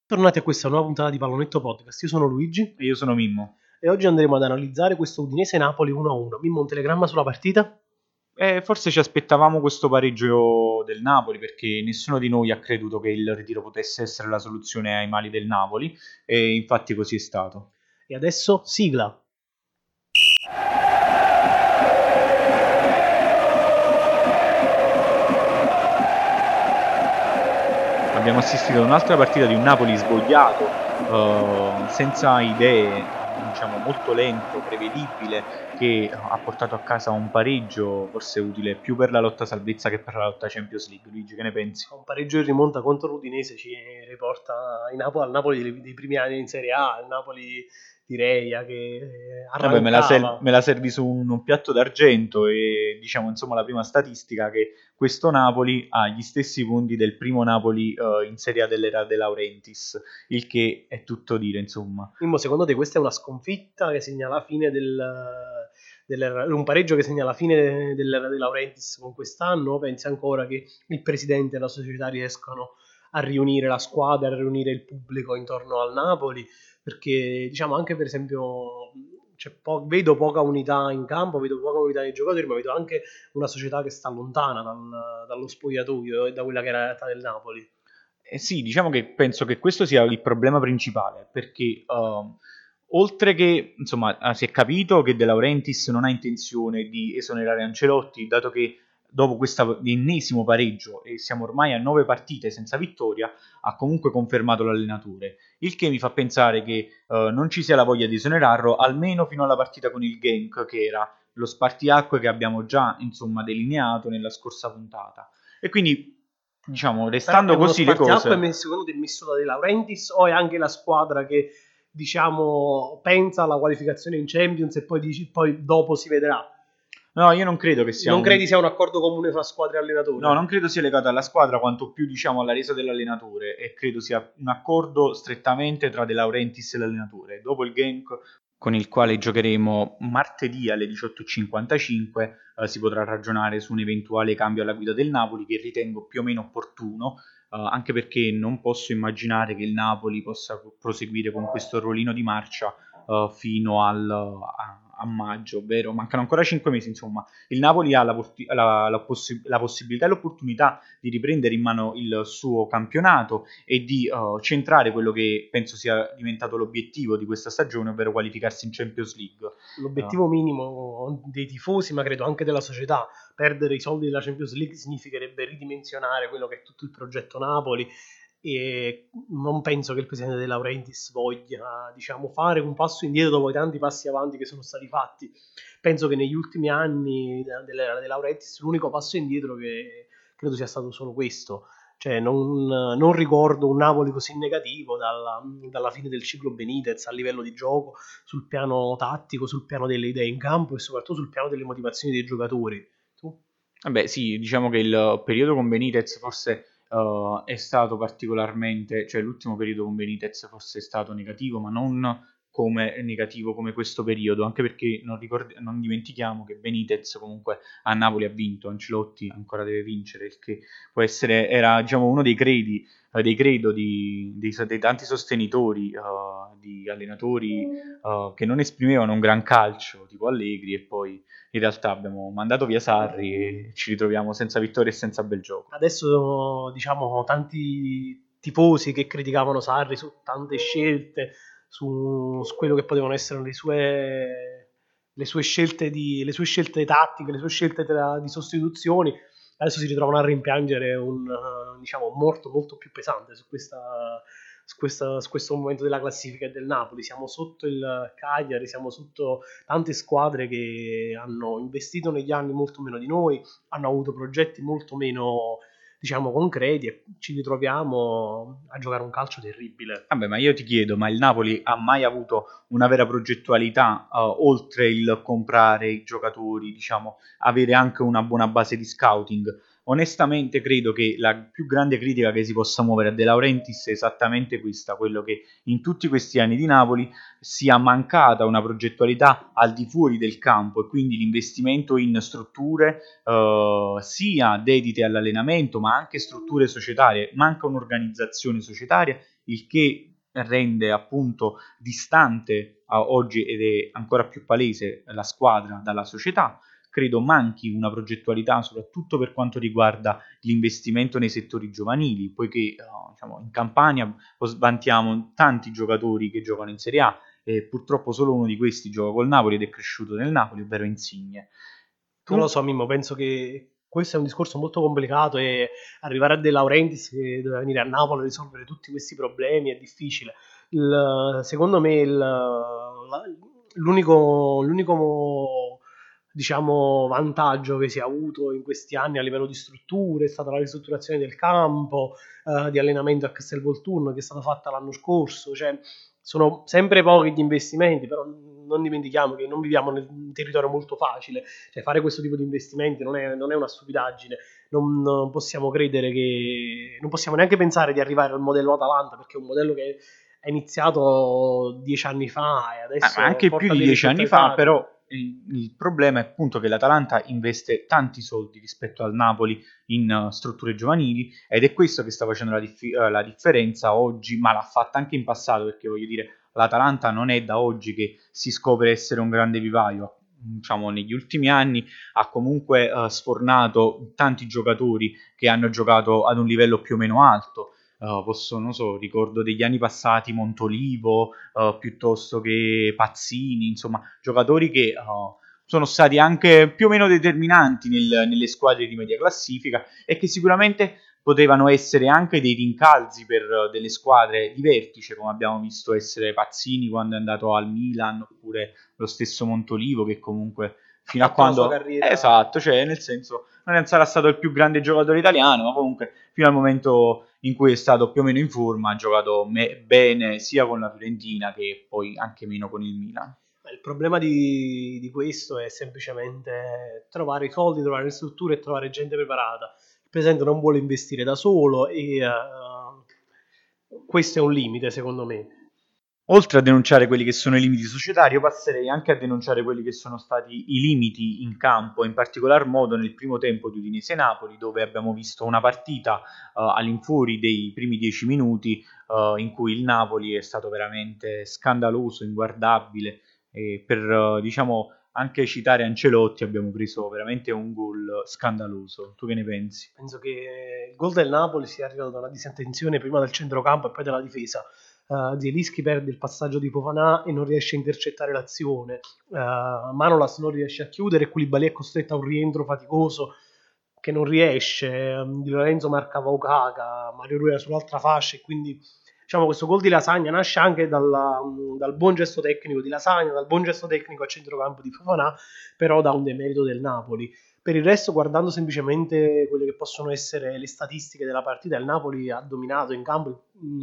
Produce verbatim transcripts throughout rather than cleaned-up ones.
Tornati a questa nuova puntata di Pallonetto Podcast, io sono Luigi E io sono Mimmo. e oggi andremo ad analizzare questo Udinese-Napoli uno a uno. Mimmo, un telegramma sulla partita? Eh, forse ci aspettavamo questo pareggio del Napoli perché nessuno di noi ha creduto che il ritiro potesse essere la soluzione ai mali del Napoli e infatti così è stato. E adesso sigla. Abbiamo assistito ad un'altra partita di un Napoli svogliato, eh, senza idee, diciamo molto lento, prevedibile, che ha portato a casa un pareggio forse utile più per la lotta salvezza che per la lotta Champions League. Luigi, che ne pensi? Un pareggio in rimonta contro l'Udinese ci riporta in Napo- al Napoli dei, dei primi anni in Serie A, al Napoli di Reia che Vabbè, me la, ser- arrancava. me la servi su un, un piatto d'argento e diciamo insomma la prima statistica che questo Napoli ha gli stessi punti del primo Napoli eh, in Serie A dell'era De Laurentiis, il che è tutto dire insomma. Mimmo, secondo te questa è una sconfitta che segna la fine del, dell'era- un pareggio che segna la fine dell'era De Laurentiis con quest'anno? O pensi ancora che il presidente e la società riescano a riunire la squadra, a riunire il pubblico intorno al Napoli? Perché diciamo anche per esempio c'è po- vedo poca unità in campo, vedo poca unità nei giocatori, ma vedo anche una società che sta lontana dal- dallo spogliatoio e da quella che era la realtà del Napoli. Eh sì, diciamo che penso che questo sia il problema principale, perché ehm, oltre che, insomma, ah, si è capito che De Laurentiis non ha intenzione di esonerare Ancelotti, dato che dopo questo ennesimo pareggio, e siamo ormai a nove partite senza vittoria, ha comunque confermato l'allenatore, il che mi fa pensare che eh, non ci sia la voglia di esonerarlo, almeno fino alla partita con il Genk, che era lo spartiacque che abbiamo già, insomma, delineato nella scorsa puntata. E quindi, diciamo, Però è restando uno così le spartiacque cose, me- secondo te messo da De Laurentiis o è anche la squadra che diciamo pensa alla qualificazione in Champions e poi dici poi dopo si vedrà? no, io non credo che sia Non un... credi sia un accordo comune fra squadra e No, allenatore? non credo sia legato alla squadra quanto più, diciamo, alla resa dell'allenatore e credo sia un accordo strettamente tra De Laurentiis e l'allenatore. Dopo il Genk, con il quale giocheremo martedì alle diciotto e cinquantacinque, eh, si potrà ragionare su un eventuale cambio alla guida del Napoli che ritengo più o meno opportuno, eh, anche perché non posso immaginare che il Napoli possa proseguire con questo rollino di marcia eh, fino al, a, a maggio, ovvero mancano ancora cinque mesi, insomma. Il Napoli ha la, porti- la- la possi- la possibilità e l'opportunità di riprendere in mano il suo campionato e di eh, centrare quello che penso sia diventato l'obiettivo di questa stagione, ovvero qualificarsi in Champions League. Eh, L'obiettivo minimo dei tifosi, ma credo anche della società, perdere i soldi della Champions League significherebbe ridimensionare quello che è tutto il progetto Napoli e non penso che il presidente De Laurentiis voglia, diciamo, fare un passo indietro dopo i tanti passi avanti che sono stati fatti. Penso che negli ultimi anni dell'era De Laurentiis l'unico passo indietro che credo sia stato solo questo. Cioè, non, non ricordo un Napoli così negativo dalla, dalla fine del ciclo Benitez a livello di gioco, sul piano tattico, sul piano delle idee in campo e soprattutto sul piano delle motivazioni dei giocatori. Tu? Vabbè, sì, diciamo che il periodo con Benitez forse eh, è stato particolarmente, cioè l'ultimo periodo con Benitez forse è stato negativo, ma non come negativo come questo periodo, anche perché non, ricord- non dimentichiamo che Benitez comunque a Napoli ha vinto, Ancelotti ancora deve vincere, il che può essere, era diciamo uno dei credi, eh, dei credo di, dei, dei tanti sostenitori, eh, di allenatori eh, che non esprimevano un gran calcio, tipo Allegri, e poi in realtà abbiamo mandato via Sarri e ci ritroviamo senza vittoria e senza bel gioco. Adesso, diciamo, tanti tifosi che criticavano Sarri su tante scelte, su, su quello che potevano essere le sue, le sue scelte di, le sue scelte tattiche, le sue scelte tra, di sostituzioni, adesso si ritrovano a rimpiangere un, eh, diciamo, morto molto più pesante su questa, su, questa, su questo momento della classifica del Napoli. Siamo sotto il Cagliari, siamo sotto tante squadre che hanno investito negli anni molto meno di noi, hanno avuto progetti molto meno, diciamo, concreti e ci ritroviamo a giocare un calcio terribile. Vabbè, ma io ti chiedo, ma il Napoli ha mai avuto una vera progettualità, eh, oltre il comprare i giocatori, diciamo, avere anche una buona base di scouting? Onestamente credo che la più grande critica che si possa muovere a De Laurentiis è esattamente questa, quello che in tutti questi anni di Napoli sia mancata una progettualità al di fuori del campo e quindi l'investimento in strutture eh, sia dedite all'allenamento ma anche strutture societarie, manca un'organizzazione societaria il che rende appunto distante a oggi, ed è ancora più palese, la squadra dalla società. Credo manchi una progettualità soprattutto per quanto riguarda l'investimento nei settori giovanili, poiché uh, diciamo, in Campania vantiamo tanti giocatori che giocano in Serie A, e purtroppo solo uno di questi gioca col Napoli ed è cresciuto nel Napoli, ovvero Insigne. Tu... Non lo so, Mimmo, penso che questo è un discorso molto complicato e arrivare a De Laurentiis che doveva venire a Napoli a risolvere tutti questi problemi è difficile. Il, secondo me il, l'unico, l'unico diciamo, vantaggio che si è avuto in questi anni a livello di strutture è stata la ristrutturazione del campo, eh, di allenamento a Castelvolturno che è stata fatta l'anno scorso. Cioè, sono sempre pochi gli investimenti, però non dimentichiamo che non viviamo in un territorio molto facile, cioè fare questo tipo di investimenti non è, non è una stupidaggine, non, non possiamo credere che, non possiamo neanche pensare di arrivare al modello Atalanta, perché è un modello che è iniziato dieci anni fa e adesso... Ah, anche più di dieci anni fa, però il, il problema è appunto che l'Atalanta investe tanti soldi rispetto al Napoli in uh, strutture giovanili, ed è questo che sta facendo la, dif- uh, la differenza oggi, ma l'ha fatta anche in passato, perché voglio dire, l'Atalanta non è da oggi che si scopre essere un grande vivaio. Diciamo, negli ultimi anni ha comunque uh, sfornato tanti giocatori che hanno giocato ad un livello più o meno alto. Uh, posso, non so, ricordo degli anni passati Montolivo, uh, piuttosto che Pazzini, insomma, giocatori che uh, sono stati anche più o meno determinanti nel, nelle squadre di media classifica, e che sicuramente potevano essere anche dei rincalzi per uh, delle squadre di vertice, come abbiamo visto essere Pazzini quando è andato al Milan, oppure lo stesso Montolivo, che comunque fino a quando... Esatto, cioè nel senso non sarà stato il più grande giocatore italiano, ma comunque fino al momento in cui è stato più o meno in forma ha giocato me- bene sia con la Fiorentina che poi anche meno con il Milan. Il problema di, di questo è semplicemente trovare i soldi, trovare le strutture e trovare gente preparata. Il presente non vuole investire da solo e uh, questo è un limite, secondo me. Oltre a denunciare quelli che sono i limiti societari, io passerei anche a denunciare quelli che sono stati i limiti in campo, in particolar modo nel primo tempo di Udinese-Napoli, dove abbiamo visto una partita uh, all'infuori dei primi dieci minuti uh, in cui il Napoli è stato veramente scandaloso, inguardabile, e per uh, diciamo anche citare Ancelotti abbiamo preso veramente un gol scandaloso. Tu che ne pensi? Penso che il gol del Napoli sia arrivato dalla disattenzione prima del centrocampo e poi dalla difesa. Uh, Zielinski perde il passaggio di Fofana e non riesce a intercettare l'azione, uh, Manolas non riesce a chiudere e Koulibaly è costretto a un rientro faticoso che non riesce. um, Di Lorenzo marcava Okaka, Mario Rui era sull'altra fascia, e quindi diciamo questo gol di Lasagna nasce anche dalla, um, dal buon gesto tecnico di Lasagna, dal buon gesto tecnico a centrocampo di Fofana, però da un demerito del Napoli. Per il resto, guardando semplicemente quelle che possono essere le statistiche della partita, il Napoli ha dominato in campo.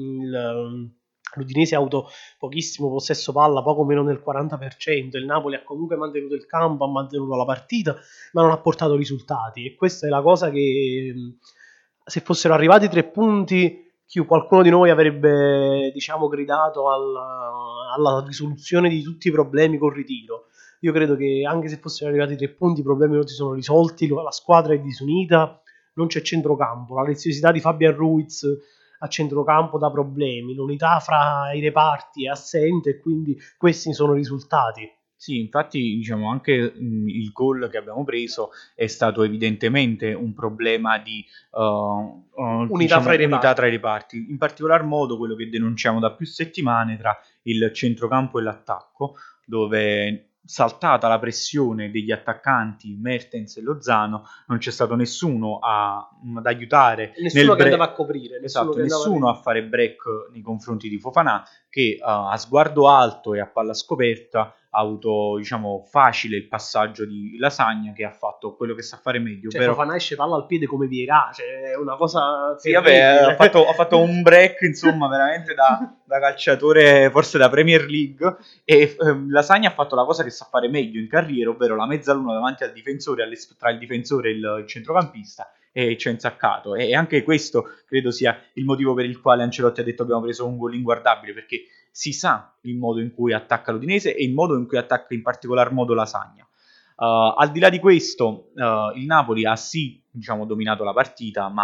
il, L'Udinese ha avuto pochissimo possesso palla, poco meno del quaranta per cento. Il Napoli ha comunque mantenuto il campo, ha mantenuto la partita, ma non ha portato risultati. E questa è la cosa che, se fossero arrivati tre punti, qualcuno di noi avrebbe, diciamo, gridato alla, alla risoluzione di tutti i problemi col ritiro. Io credo che anche se fossero arrivati tre punti, i problemi non si sono risolti, la squadra è disunita, non c'è centrocampo, la leziosità di Fabian Ruiz a centrocampo dà problemi, l'unità fra i reparti è assente e quindi questi sono i risultati. Sì, infatti diciamo anche mh, il gol che abbiamo preso è stato evidentemente un problema di uh, uh, unità, diciamo, fra, i unità tra i reparti, in particolar modo quello che denunciamo da più settimane tra il centrocampo e l'attacco, dove saltata la pressione degli attaccanti Mertens e Lozano non c'è stato nessuno a, ad aiutare, nessuno che bre- andava a coprire, nessuno, esatto, nessuno a fare break nei confronti di Fofana, che uh, a sguardo alto e a palla scoperta ha avuto, diciamo, facile il passaggio di Lasagna, che ha fatto quello che sa fare meglio. Cioè, però Fofana esce palla al piede come Vieira, cioè è una cosa... Sì, vabbè, ha fatto, ha fatto un break, insomma, veramente da, da calciatore, forse da Premier League, e ehm, Lasagna ha fatto la cosa che sa fare meglio in carriera, ovvero la mezzaluna davanti al difensore, tra il difensore e il, il centrocampista, e ci ha insaccato. E anche questo credo sia il motivo per il quale Ancelotti ha detto abbiamo preso un gol inguardabile, perché si sa il modo in cui attacca l'Udinese e il modo in cui attacca in particolar modo Lasagna. Uh, al di là di questo, uh, il Napoli ha sì, diciamo, dominato la partita, ma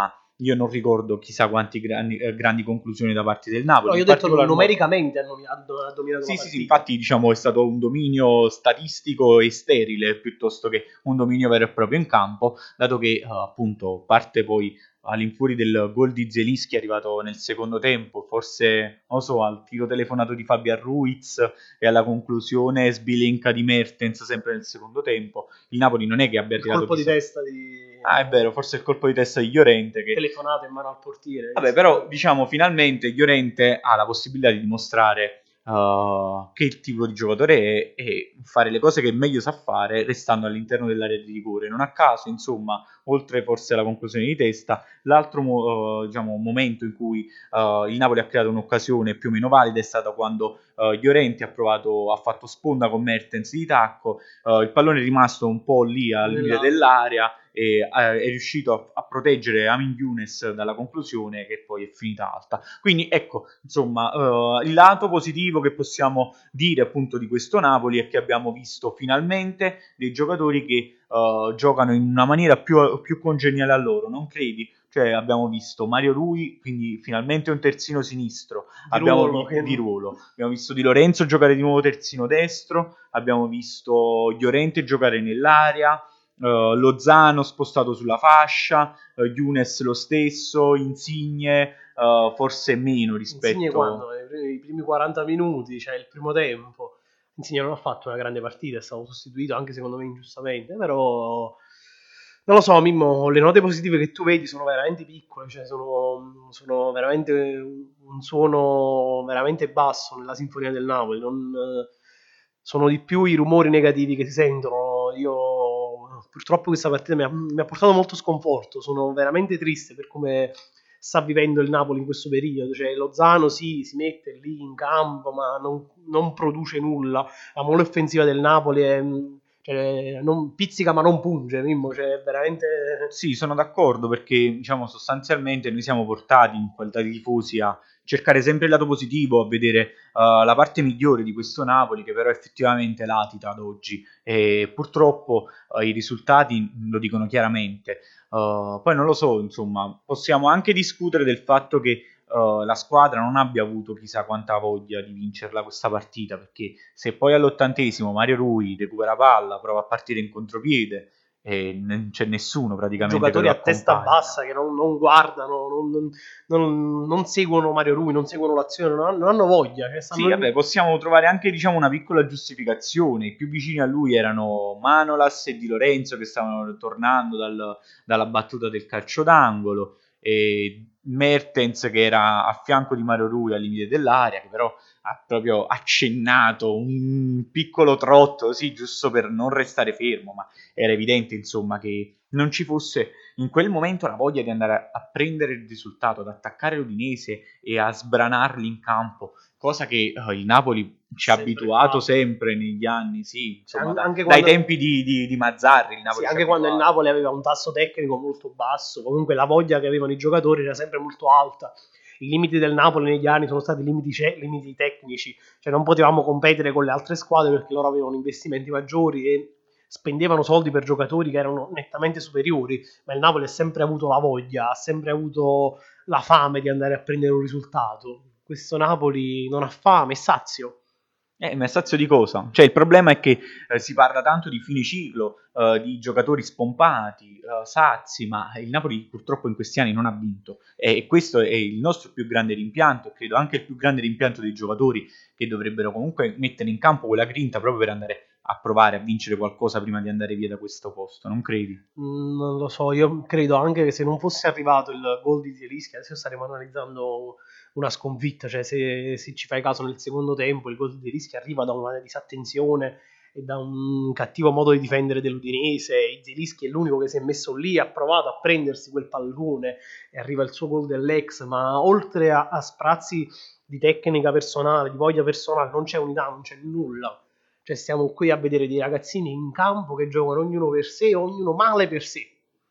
io non ricordo chissà quanti grandi, eh, grandi conclusioni da parte del Napoli. No, io ho In detto particolar modo- numericamente hanno, hanno- ha dominato Sì, la sì, partita. sì, infatti diciamo è stato un dominio statistico e sterile piuttosto che un dominio vero e proprio in campo, dato che eh, appunto parte poi all'infuori del gol di Zelinski arrivato nel secondo tempo, forse, non so, al tiro telefonato di Fabian Ruiz e alla conclusione sbilenca di Mertens sempre nel secondo tempo. Il Napoli non è che abbia Il creato colpo di chissà- testa di Ah, è vero, forse il colpo di testa di Llorente che... telefonato in mano al portiere. Vabbè, però diciamo finalmente Llorente ha la possibilità di dimostrare uh, che il tipo di giocatore è e fare le cose che meglio sa fare restando all'interno dell'area di rigore. Non a caso, insomma, oltre forse alla conclusione di testa, l'altro uh, diciamo, momento in cui uh, il Napoli ha creato un'occasione più o meno valida è stato quando uh, Llorente ha provato, ha fatto sponda con Mertens di tacco, uh, il pallone è rimasto un po' lì al limite dell'area e eh, è riuscito a, a proteggere Amin Younes dalla conclusione che poi è finita alta. Quindi ecco, insomma, uh, il lato positivo che possiamo dire appunto di questo Napoli è che abbiamo visto finalmente dei giocatori che uh, giocano in una maniera più, più congeniale a loro, non credi? Cioè abbiamo visto Mario Rui, quindi finalmente un terzino sinistro, Di abbiamo ruolo, vi- che- di ruolo, abbiamo visto Di Lorenzo giocare di nuovo terzino destro, abbiamo visto Llorente giocare nell'area, Uh, Lozano spostato sulla fascia, uh, Younes lo stesso, Insigne uh, forse meno rispetto... Insigne quando? I primi quaranta minuti, cioè il primo tempo. Insigne non ha fatto una grande partita, è stato sostituito anche secondo me ingiustamente, però non lo so, Mimmo, le note positive che tu vedi sono veramente piccole, cioè sono, sono veramente un suono veramente basso nella sinfonia del Napoli, non, sono di più i rumori negativi che si sentono. Io purtroppo questa partita mi ha, mi ha portato molto sconforto, sono veramente triste per come sta vivendo il Napoli in questo periodo, cioè Lozano sì, si mette lì in campo ma non, non produce nulla, la mole offensiva del Napoli è, cioè, non pizzica ma non punge, Mimmo, cioè veramente... Sì, sono d'accordo perché diciamo sostanzialmente noi siamo portati in qualità di tifosi a cercare sempre il lato positivo, a vedere uh, la parte migliore di questo Napoli che però effettivamente latita ad oggi e purtroppo uh, i risultati lo dicono chiaramente. Uh, poi non lo so, insomma, possiamo anche discutere del fatto che uh, la squadra non abbia avuto chissà quanta voglia di vincerla questa partita, perché se poi all'ottantesimo Mario Rui recupera palla, prova a partire in contropiede e non c'è nessuno praticamente giocatori che lo a testa accompagna. bassa che non, non guardano, non, non, non, non seguono Mario Rui, non seguono l'azione, non hanno, non hanno voglia. Cioè stanno... Sì, vabbè, possiamo trovare anche diciamo una piccola giustificazione. I più vicini a lui erano Manolas e Di Lorenzo che stavano tornando dal, dalla battuta del calcio d'angolo e Mertens che era a fianco di Mario Rui al limite dell'area, che però ha proprio accennato un piccolo trotto, sì, giusto per non restare fermo, ma era evidente insomma che non ci fosse in quel momento la voglia di andare a, a prendere il risultato, ad attaccare l'Udinese e a sbranarli in campo, cosa che uh, il Napoli ci ha abituato fatto. sempre negli anni, sì, insomma, An- da, anche dai quando... tempi di, di, di Mazzarri il Napoli Sì, ci ha anche quando il abituato. Napoli aveva un tasso tecnico molto basso, comunque la voglia che avevano i giocatori era sempre molto alta. I limiti del Napoli negli anni sono stati limiti, ce- limiti tecnici, cioè non potevamo competere con le altre squadre perché loro avevano investimenti maggiori e spendevano soldi per giocatori che erano nettamente superiori, ma il Napoli ha sempre avuto la voglia, ha sempre avuto la fame di andare a prendere un risultato. Questo Napoli non ha fame, è sazio. Eh, ma è sazio di cosa? Cioè, il problema è che eh, si parla tanto di fine ciclo, eh, di giocatori spompati, eh, sazi, ma il Napoli purtroppo in questi anni non ha vinto. E questo è il nostro più grande rimpianto, e credo anche il più grande rimpianto dei giocatori che dovrebbero comunque mettere in campo quella grinta proprio per andare a provare a vincere qualcosa prima di andare via da questo posto, non credi? Mm, Non lo so, io credo anche che se non fosse arrivato il gol di Zielinski, adesso staremo analizzando una sconfitta, cioè se, se ci fai caso nel secondo tempo il gol di Zielinski arriva da una disattenzione e da un cattivo modo di difendere dell'Udinese, e Zielinski è l'unico che si è messo lì, ha provato a prendersi quel pallone e arriva il suo gol dell'ex, ma oltre a, a sprazzi di tecnica personale, di voglia personale, non c'è unità, non c'è nulla. Cioè stiamo qui a vedere dei ragazzini in campo che giocano ognuno per sé, ognuno male per sé.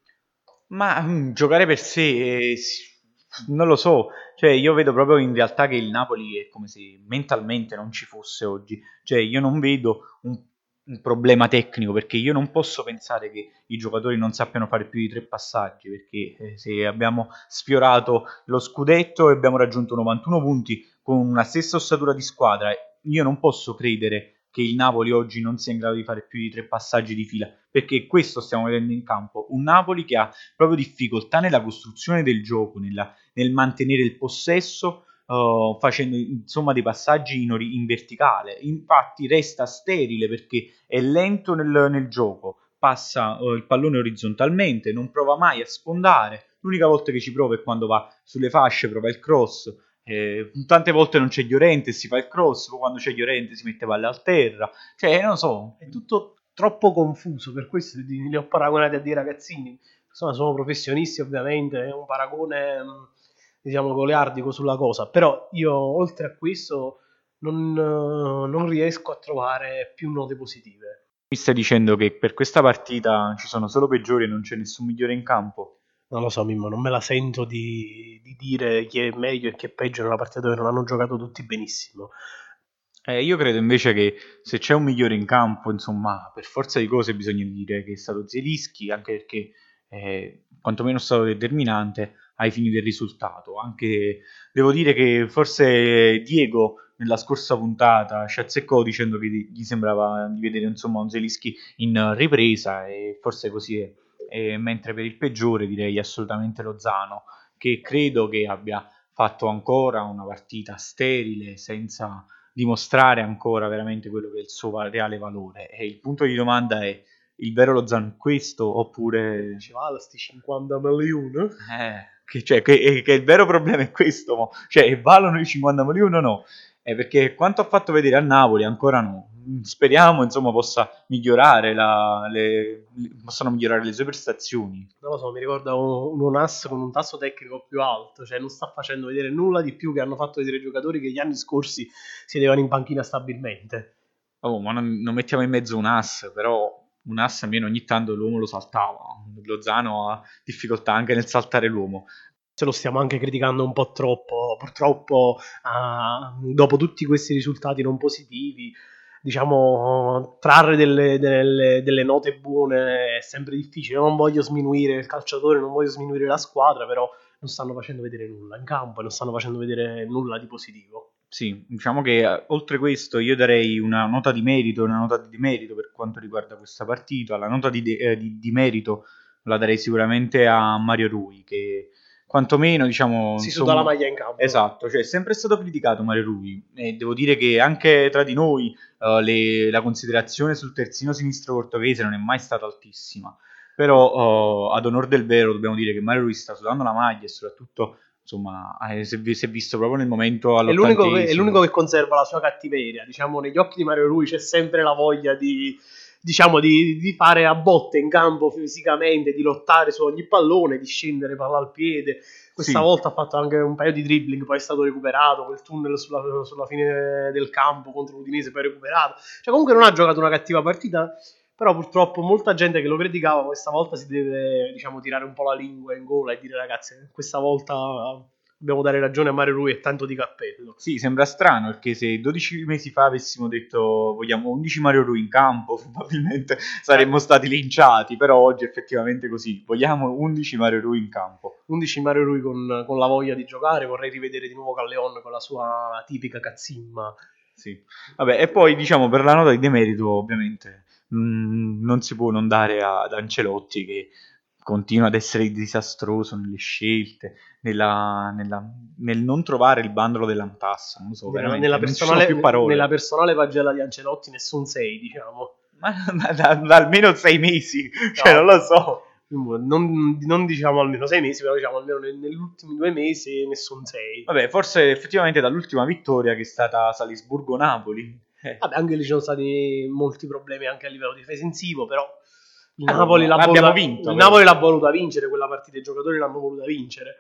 Ma mm, giocare per sé, eh, sì, non lo so, cioè io vedo proprio in realtà che il Napoli è come se mentalmente non ci fosse oggi, cioè io non vedo un, un problema tecnico, perché io non posso pensare che i giocatori non sappiano fare più di tre passaggi, perché eh, se abbiamo sfiorato lo scudetto e abbiamo raggiunto novantuno punti con una stessa ossatura di squadra, io non posso credere che il Napoli oggi non sia in grado di fare più di tre passaggi di fila, perché questo stiamo vedendo in campo, un Napoli che ha proprio difficoltà nella costruzione del gioco, nella, nel mantenere il possesso, uh, facendo insomma dei passaggi in, ori- in verticale, infatti resta sterile perché è lento nel, nel gioco, passa uh, il pallone orizzontalmente, non prova mai a sfondare, l'unica volta che ci prova è quando va sulle fasce, prova il cross. Eh, tante volte non c'è Llorente e si fa il cross, poi quando c'è Llorente si mette palle a terra, cioè non so, È tutto troppo confuso, per questo li, li ho paragonati a dei ragazzini. Insomma, sono professionisti ovviamente, è un paragone mh, diciamo goliardico sulla cosa, però io oltre a questo non, eh, non riesco a trovare più note positive. mi stai dicendo che per questa partita ci sono solo peggiori e non c'è nessun migliore in campo? Non lo so, Mimmo, non me la sento di, di dire chi è meglio e chi è peggio nella partita dove non hanno giocato tutti benissimo. Eh, io credo invece che se c'è un migliore in campo, insomma, per forza di cose bisogna dire che è stato Zielinski, anche perché eh, quantomeno è stato determinante ai fini del risultato. Anche devo dire che forse Diego nella scorsa puntata ci azzeccò dicendo che gli sembrava di vedere insomma un Zielinski in ripresa e forse così è. E mentre per il peggiore direi assolutamente Lozano, che credo che abbia fatto ancora una partita sterile, senza dimostrare ancora veramente quello che è il suo reale valore. E il punto di domanda è: il vero Lozano è questo oppure Ci vale sti cinquanta milioni? eh, che, cioè, che, che il vero problema è questo, mo. Cioè valgono i cinquanta milioni o no? Eh, perché quanto ha fatto vedere a Napoli ancora no. Speriamo insomma possa migliorare la, le, possano migliorare le sue prestazioni. Non lo so, mi ricorda un, un Onas con un tasso tecnico più alto, cioè non sta facendo vedere nulla di più che hanno fatto vedere i giocatori che gli anni scorsi sedevano in panchina stabilmente. Oh, ma non, non mettiamo in mezzo un ass, però un ass almeno ogni tanto l'uomo lo saltava. Lozano ha difficoltà anche nel saltare l'uomo. Se lo stiamo anche criticando un po' troppo, purtroppo ah, dopo tutti questi risultati non positivi, diciamo, trarre delle, delle, delle note buone è sempre difficile. Non voglio sminuire il calciatore, non voglio sminuire la squadra, però non stanno facendo vedere nulla in campo e non stanno facendo vedere nulla di positivo. Sì, diciamo che eh, oltre questo io darei una nota di merito e una nota di demerito per quanto riguarda questa partita. La nota di, de- eh, di- di merito la darei sicuramente a Mario Rui, che quantomeno, diciamo, Si suda la insomma, maglia in campo. esatto, cioè è sempre stato criticato Mario Rui e devo dire che anche tra di noi eh, le- la considerazione sul terzino sinistro portoghese non è mai stata altissima. Però eh, ad onor del vero dobbiamo dire che Mario Rui sta sudando la maglia e soprattutto insomma, eh, si è vi- si è visto proprio nel momento È l'unico, che, è all'ottantesimo. l'unico che conserva la sua cattiveria. Diciamo, negli occhi di Mario Rui c'è sempre la voglia di, diciamo, di, di fare a botte in campo fisicamente, di lottare su ogni pallone, di scendere palla al piede. Questa Sì, volta ha fatto anche un paio di dribbling, poi è stato recuperato, quel tunnel sulla, sulla fine del campo contro l'Udinese, poi recuperato. Cioè comunque non ha giocato una cattiva partita, però purtroppo molta gente che lo criticava questa volta si deve, diciamo, tirare un po' la lingua in gola e dire ragazzi, questa volta dobbiamo dare ragione a Mario Rui e tanto di cappello. sì, sembra strano perché se dodici mesi fa avessimo detto vogliamo undici Mario Rui in campo, probabilmente saremmo stati linciati, però oggi è effettivamente così, vogliamo undici Mario Rui in campo. undici Mario Rui con, con la voglia di giocare, vorrei rivedere di nuovo Calleon con la sua tipica cazzimma. Sì. Vabbè, e poi diciamo per la nota di demerito ovviamente mh, non si può non dare ad Ancelotti che continua ad essere disastroso nelle scelte, nella, nella- nel non trovare il bandolo dell'antassa, non lo so, Nella, veramente, nella non ci sono più personale, nella parole. personale pagella di Ancelotti nessun sei, diciamo. Ma da, da- da almeno sei mesi, cioè non No, lo so. non, non diciamo almeno sei mesi, però diciamo almeno negli ultimi due mesi nessun sei. Vabbè, forse effettivamente dall'ultima vittoria che è stata Salisburgo-Napoli. Eh. Vabbè, anche lì ci sono stati molti problemi anche a livello difensivo, però il Allora, Napoli, l'ha l'abbiamo voluta, vinto, il però. Napoli l'ha voluta vincere quella partita, i giocatori l'hanno voluta vincere.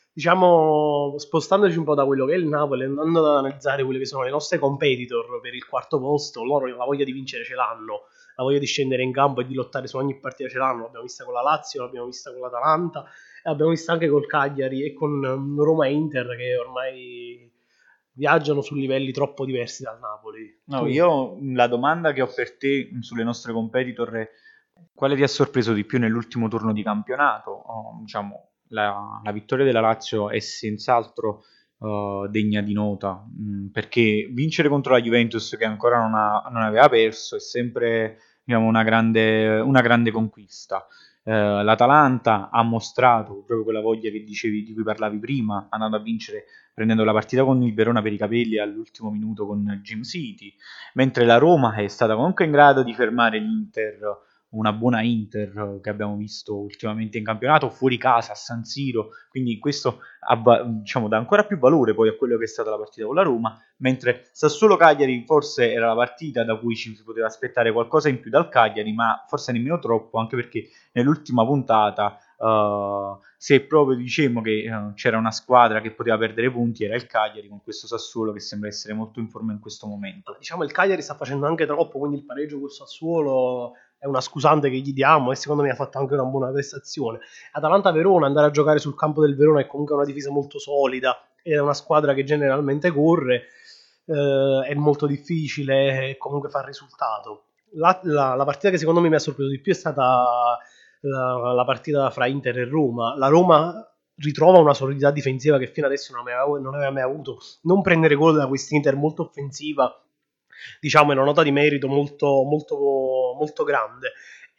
Diciamo, spostandoci un po' da quello che è il Napoli, andando ad analizzare quelle che sono le nostre competitor per il quarto posto, loro la voglia di vincere ce l'hanno, la voglia di scendere in campo e di lottare su ogni partita ce l'hanno, l'abbiamo vista con la Lazio, l'abbiamo vista con l'Atalanta e l'abbiamo vista anche col Cagliari e con um, Roma e Inter che ormai viaggiano su livelli troppo diversi dal Napoli. No, Tu- io la domanda che ho per te sulle nostre competitor è quale ti ha sorpreso di più nell'ultimo turno di campionato? Oh, diciamo, la, la vittoria della Lazio è senz'altro eh, degna di nota, mh, perché vincere contro la Juventus che ancora non, ha- non aveva perso è sempre, diciamo, una grande, una grande conquista. Eh, L'Atalanta ha mostrato proprio quella voglia che dicevi, di cui parlavi prima, andando a vincere prendendo la partita con il Verona per i capelli all'ultimo minuto con Jim City, mentre la Roma è stata comunque in grado di fermare l'Inter, una buona Inter che abbiamo visto ultimamente in campionato, fuori casa a San Siro, quindi questo abba- diciamo, dà ancora più valore poi a quello che è stata la partita con la Roma, mentre Sassuolo-Cagliari forse era la partita da cui ci si poteva aspettare qualcosa in più dal Cagliari, ma forse nemmeno troppo, anche perché nell'ultima puntata Uh, se proprio diciamo che uh, c'era una squadra che poteva perdere punti era il Cagliari, con questo Sassuolo che sembra essere molto in forma in questo momento. diciamo il Cagliari sta facendo anche troppo, quindi il pareggio col Sassuolo è una scusante che gli diamo e secondo me ha fatto anche una buona prestazione. Atalanta-Verona, andare a giocare sul campo del Verona è comunque una difesa molto solida, è una squadra che generalmente corre, eh, è molto difficile e comunque fa il risultato. La, la, la partita che secondo me mi ha sorpreso di più è stata la, la partita fra Inter e Roma. La Roma ritrova una solidità difensiva che fino adesso non aveva, non aveva mai avuto. Non prendere gol da quest'Inter molto offensiva, diciamo, è una nota di merito molto, molto, molto grande. E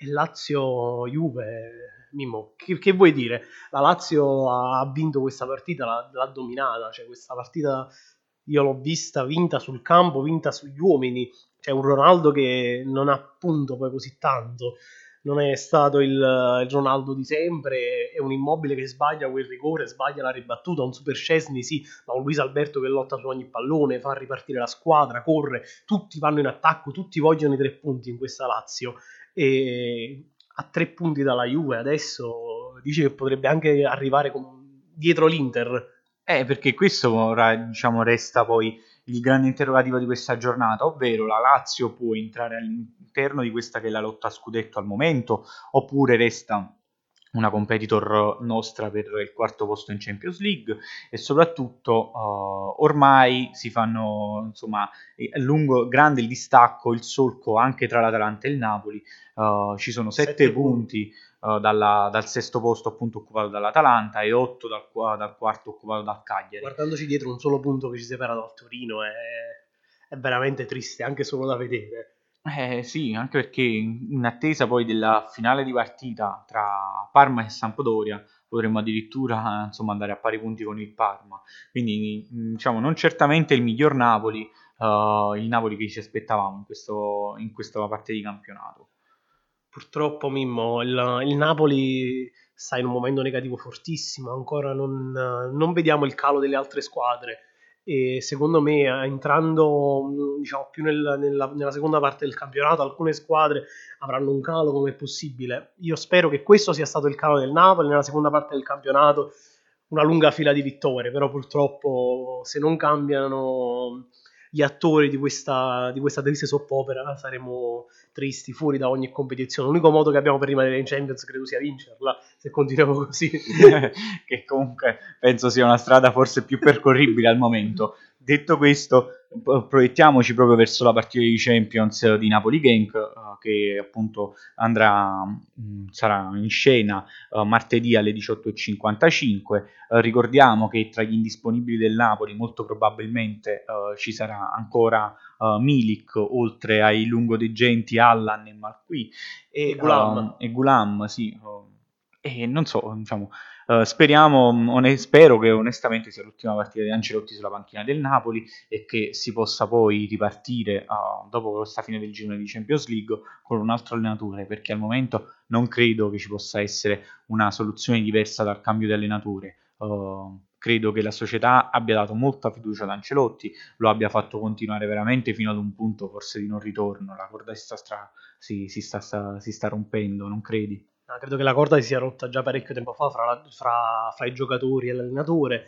Lazio-Juve, Mimmo, che, che vuoi dire? La Lazio ha vinto questa partita, l'ha, l'ha dominata, cioè questa partita io l'ho vista vinta sul campo, vinta sugli uomini. C'è un Ronaldo che non ha punto poi così tanto, non è stato il, il Ronaldo di sempre, è un Immobile che sbaglia quel rigore, sbaglia la ribattuta, un Super Szczesny sì, ma un Luis Alberto che lotta su ogni pallone, fa ripartire la squadra, corre, tutti vanno in attacco, tutti vogliono i tre punti in questa Lazio e a tre punti dalla Juve adesso dice che potrebbe anche arrivare con, dietro l'Inter. Eh, perché questo ora, diciamo, resta poi il grande interrogativo di questa giornata, ovvero la Lazio può entrare all'interno di questa che è la lotta a scudetto al momento, oppure resta una competitor nostra per il quarto posto in Champions League e soprattutto uh, ormai si fanno insomma è lungo, grande il distacco, il solco anche tra l'Atalanta e il Napoli, uh, ci sono sette, sette punti, punti uh, dalla, dal sesto posto appunto occupato dall'Atalanta e otto dal, dal quarto occupato dal Cagliari. Guardandoci dietro un solo punto che ci separa dal Torino è, è veramente triste anche solo da vedere. Eh sì, anche perché in attesa poi della finale di partita tra Parma e Sampdoria potremmo addirittura insomma, andare a pari punti con il Parma. Quindi diciamo non certamente il miglior Napoli, uh, il Napoli che ci aspettavamo in, questo, in questa parte di campionato. Purtroppo Mimmo, il, il Napoli sta in un momento negativo fortissimo, ancora non, non vediamo il calo delle altre squadre e secondo me entrando diciamo, più nel, nella, nella seconda parte del campionato alcune squadre avranno un calo come è possibile. Io spero che questo sia stato il calo del Napoli nella seconda parte del campionato, una lunga fila di vittorie, però purtroppo se non cambiano gli attori di questa, di questa triste soppopera saremo tristi, fuori da ogni competizione. L'unico modo che abbiamo per rimanere in Champions credo sia vincerla, se continuiamo così. Che comunque penso sia una strada forse più percorribile al momento. Detto questo, proiettiamoci proprio verso la partita di Champions di Napoli Genk, uh, che appunto andrà, mh, sarà in scena uh, martedì alle diciotto e cinquantacinque. Uh, ricordiamo che tra gli indisponibili del Napoli molto probabilmente uh, ci sarà ancora uh, Milik, oltre ai lungodegenti Allan e Marquis e, e Gulam. Um, e Gulam, sì. Uh, e non so, diciamo, uh, speriamo, on- spero che onestamente sia l'ultima partita di Ancelotti sulla panchina del Napoli e che si possa poi ripartire uh, dopo questa fine del girone di Champions League con un altro allenatore, perché al momento non credo che ci possa essere una soluzione diversa dal cambio di allenatore. Uh, credo che la società abbia dato molta fiducia ad Ancelotti, lo abbia fatto continuare veramente fino ad un punto forse di non ritorno, la corda si sta, stra- si, si sta, sta, si sta rompendo, non credi? Ah, credo che la corda si sia rotta già parecchio tempo fa fra, la, fra, fra i giocatori e l'allenatore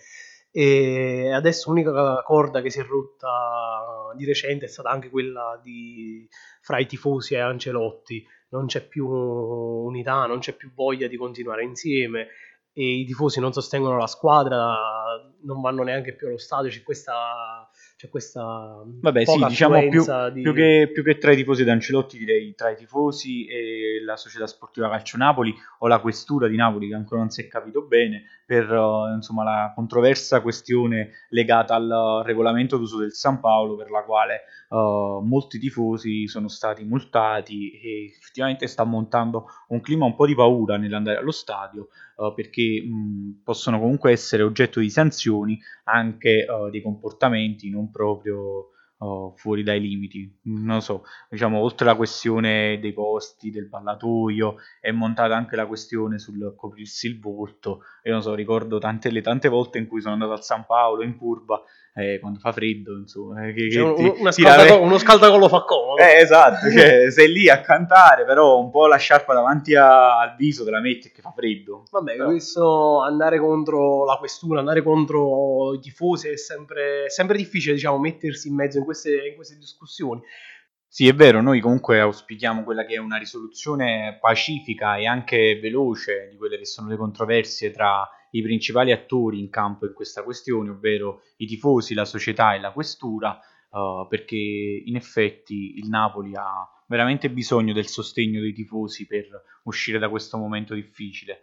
e adesso l'unica corda che si è rotta di recente è stata anche quella di, fra i tifosi e Ancelotti. Non c'è più unità, non c'è più voglia di continuare insieme e i tifosi non sostengono la squadra, non vanno neanche più allo stadio, c'è questa c'è questa Vabbè, sì, poca diciamo più, affluenza di... più, che, più che tra i tifosi di Ancelotti, direi tra i tifosi e la Società Sportiva Calcio Napoli o la questura di Napoli, che ancora non si è capito bene, per uh, insomma, la controversa questione legata al regolamento d'uso del San Paolo, per la quale uh, molti tifosi sono stati multati e effettivamente sta montando un clima un po' di paura nell'andare allo stadio, uh, perché mh, possono comunque essere oggetto di sanzioni anche uh, dei comportamenti non proprio uh, fuori dai limiti. Non lo so, diciamo, oltre alla questione dei posti, del ballatoio, è montata anche la questione sul coprirsi il volto. Io non so, ricordo tante, le tante volte in cui sono andato al San Paolo in curva, eh, quando fa freddo, insomma, eh, che, Cioè, che uno, ti, una ti scaldato- rave- uno scaldacollo fa comodo. eh, esatto, cioè, sei lì a cantare, però un po' la sciarpa davanti a- al viso te la metti che fa freddo. Vabbè, Però- questo andare contro la questura, andare contro i tifosi è sempre, è sempre difficile, diciamo, mettersi in mezzo in queste, in queste discussioni. Sì, è vero, noi comunque auspichiamo quella che è una risoluzione pacifica e anche veloce di quelle che sono le controversie tra i principali attori in campo in questa questione, ovvero i tifosi, la società e la questura, eh, perché in effetti il Napoli ha veramente bisogno del sostegno dei tifosi per uscire da questo momento difficile.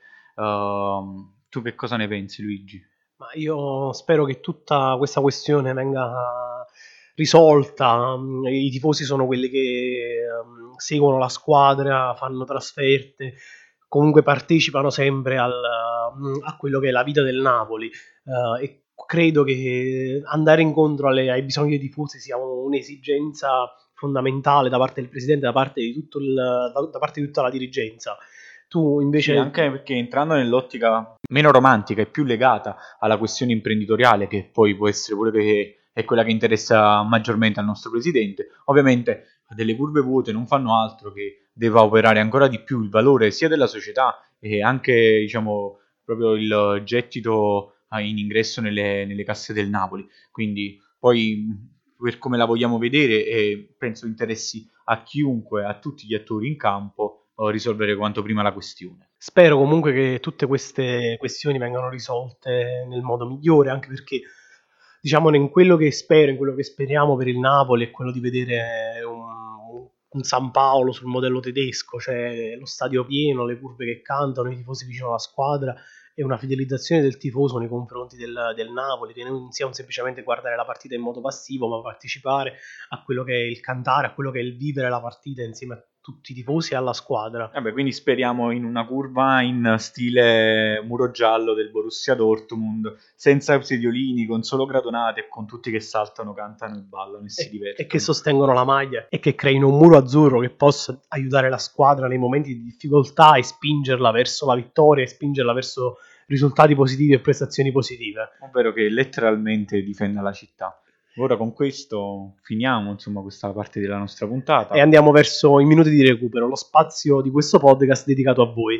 Ehm, tu che cosa ne pensi, Luigi? Ma io spero che tutta questa questione venga risolta. Mm, I tifosi sono quelli che ehm, seguono la squadra, fanno trasferte, comunque partecipano sempre al, mm, a quello che è la vita del Napoli. Eh, e credo che andare incontro alle- ai bisogni dei tifosi sia un'esigenza fondamentale da parte del presidente, da parte di, tutto il- da- da parte di tutta la dirigenza. Tu invece... Sì, anche perché entrando nell'ottica meno romantica e più legata alla questione imprenditoriale, che poi può essere pure che è quella che interessa maggiormente al nostro presidente, ovviamente delle curve vuote non fanno altro che deve operare ancora di più il valore sia della società e anche, diciamo, proprio il gettito eh, in ingresso nelle, nelle casse del Napoli. Quindi poi, per come la vogliamo vedere, eh, penso interessi a chiunque, a tutti gli attori in campo, o risolvere quanto prima la questione. Spero comunque che tutte queste questioni vengano risolte nel modo migliore, anche perché, diciamo, in quello che spero, in quello che speriamo per il Napoli è quello di vedere un, un San Paolo sul modello tedesco, cioè lo stadio pieno, le curve che cantano, i tifosi vicino alla squadra e una fidelizzazione del tifoso nei confronti del, del Napoli, che non sia un semplicemente guardare la partita in modo passivo, ma partecipare a quello che è il cantare, a quello che è il vivere la partita insieme a tutti i tifosi e alla squadra. Vabbè, quindi speriamo in una curva in stile muro giallo del Borussia Dortmund, senza sediolini, con solo gradonate e con tutti che saltano, cantano e ballano e si E, divertono. e che sostengono la maglia e che creino un muro azzurro che possa aiutare la squadra nei momenti di difficoltà e spingerla verso la vittoria e spingerla verso risultati positivi e prestazioni positive. Ovvero che letteralmente difenda la città. Ora con questo finiamo, insomma, questa parte della nostra puntata. E andiamo verso i minuti di recupero, lo spazio di questo podcast dedicato a voi.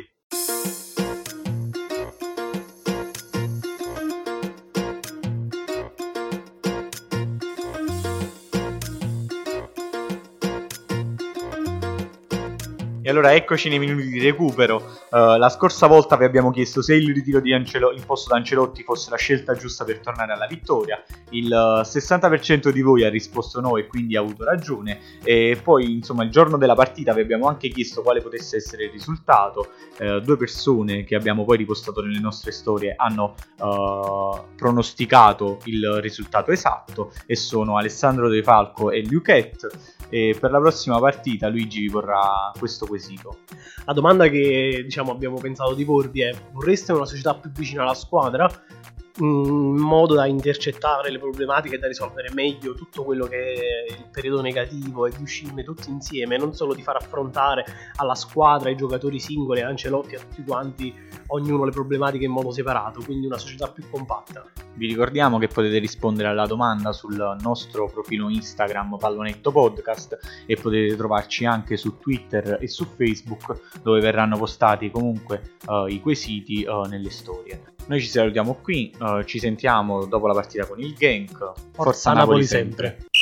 E allora eccoci nei minuti di recupero. Uh, la scorsa volta vi abbiamo chiesto se il ritiro di Ancelo- imposto da Ancelotti fosse la scelta giusta per tornare alla vittoria. Il uh, sessanta per cento di voi ha risposto no e quindi ha avuto ragione. E poi, insomma, il giorno della partita vi abbiamo anche chiesto quale potesse essere il risultato. Uh, due persone che abbiamo poi ripostato nelle nostre storie hanno uh, pronosticato il risultato esatto e sono Alessandro De Falco e Luquet. E per la prossima partita Luigi vi porrà questo quesito. La domanda che, diciamo, abbiamo pensato di porvi è: vorreste una società più vicina alla squadra, in modo da intercettare le problematiche e da risolvere meglio tutto quello che è il periodo negativo e di uscirne tutti insieme, non solo di far affrontare alla squadra, ai giocatori singoli, a Ancelotti, a tutti quanti, ognuno le problematiche in modo separato, quindi una società più compatta? Vi ricordiamo che potete rispondere alla domanda sul nostro profilo Instagram Pallonetto Podcast e potete trovarci anche su Twitter e su Facebook, dove verranno postati comunque uh, i quesiti uh, nelle storie. Noi ci salutiamo qui, uh, ci sentiamo dopo la partita con il Genk. Forza Napoli sempre!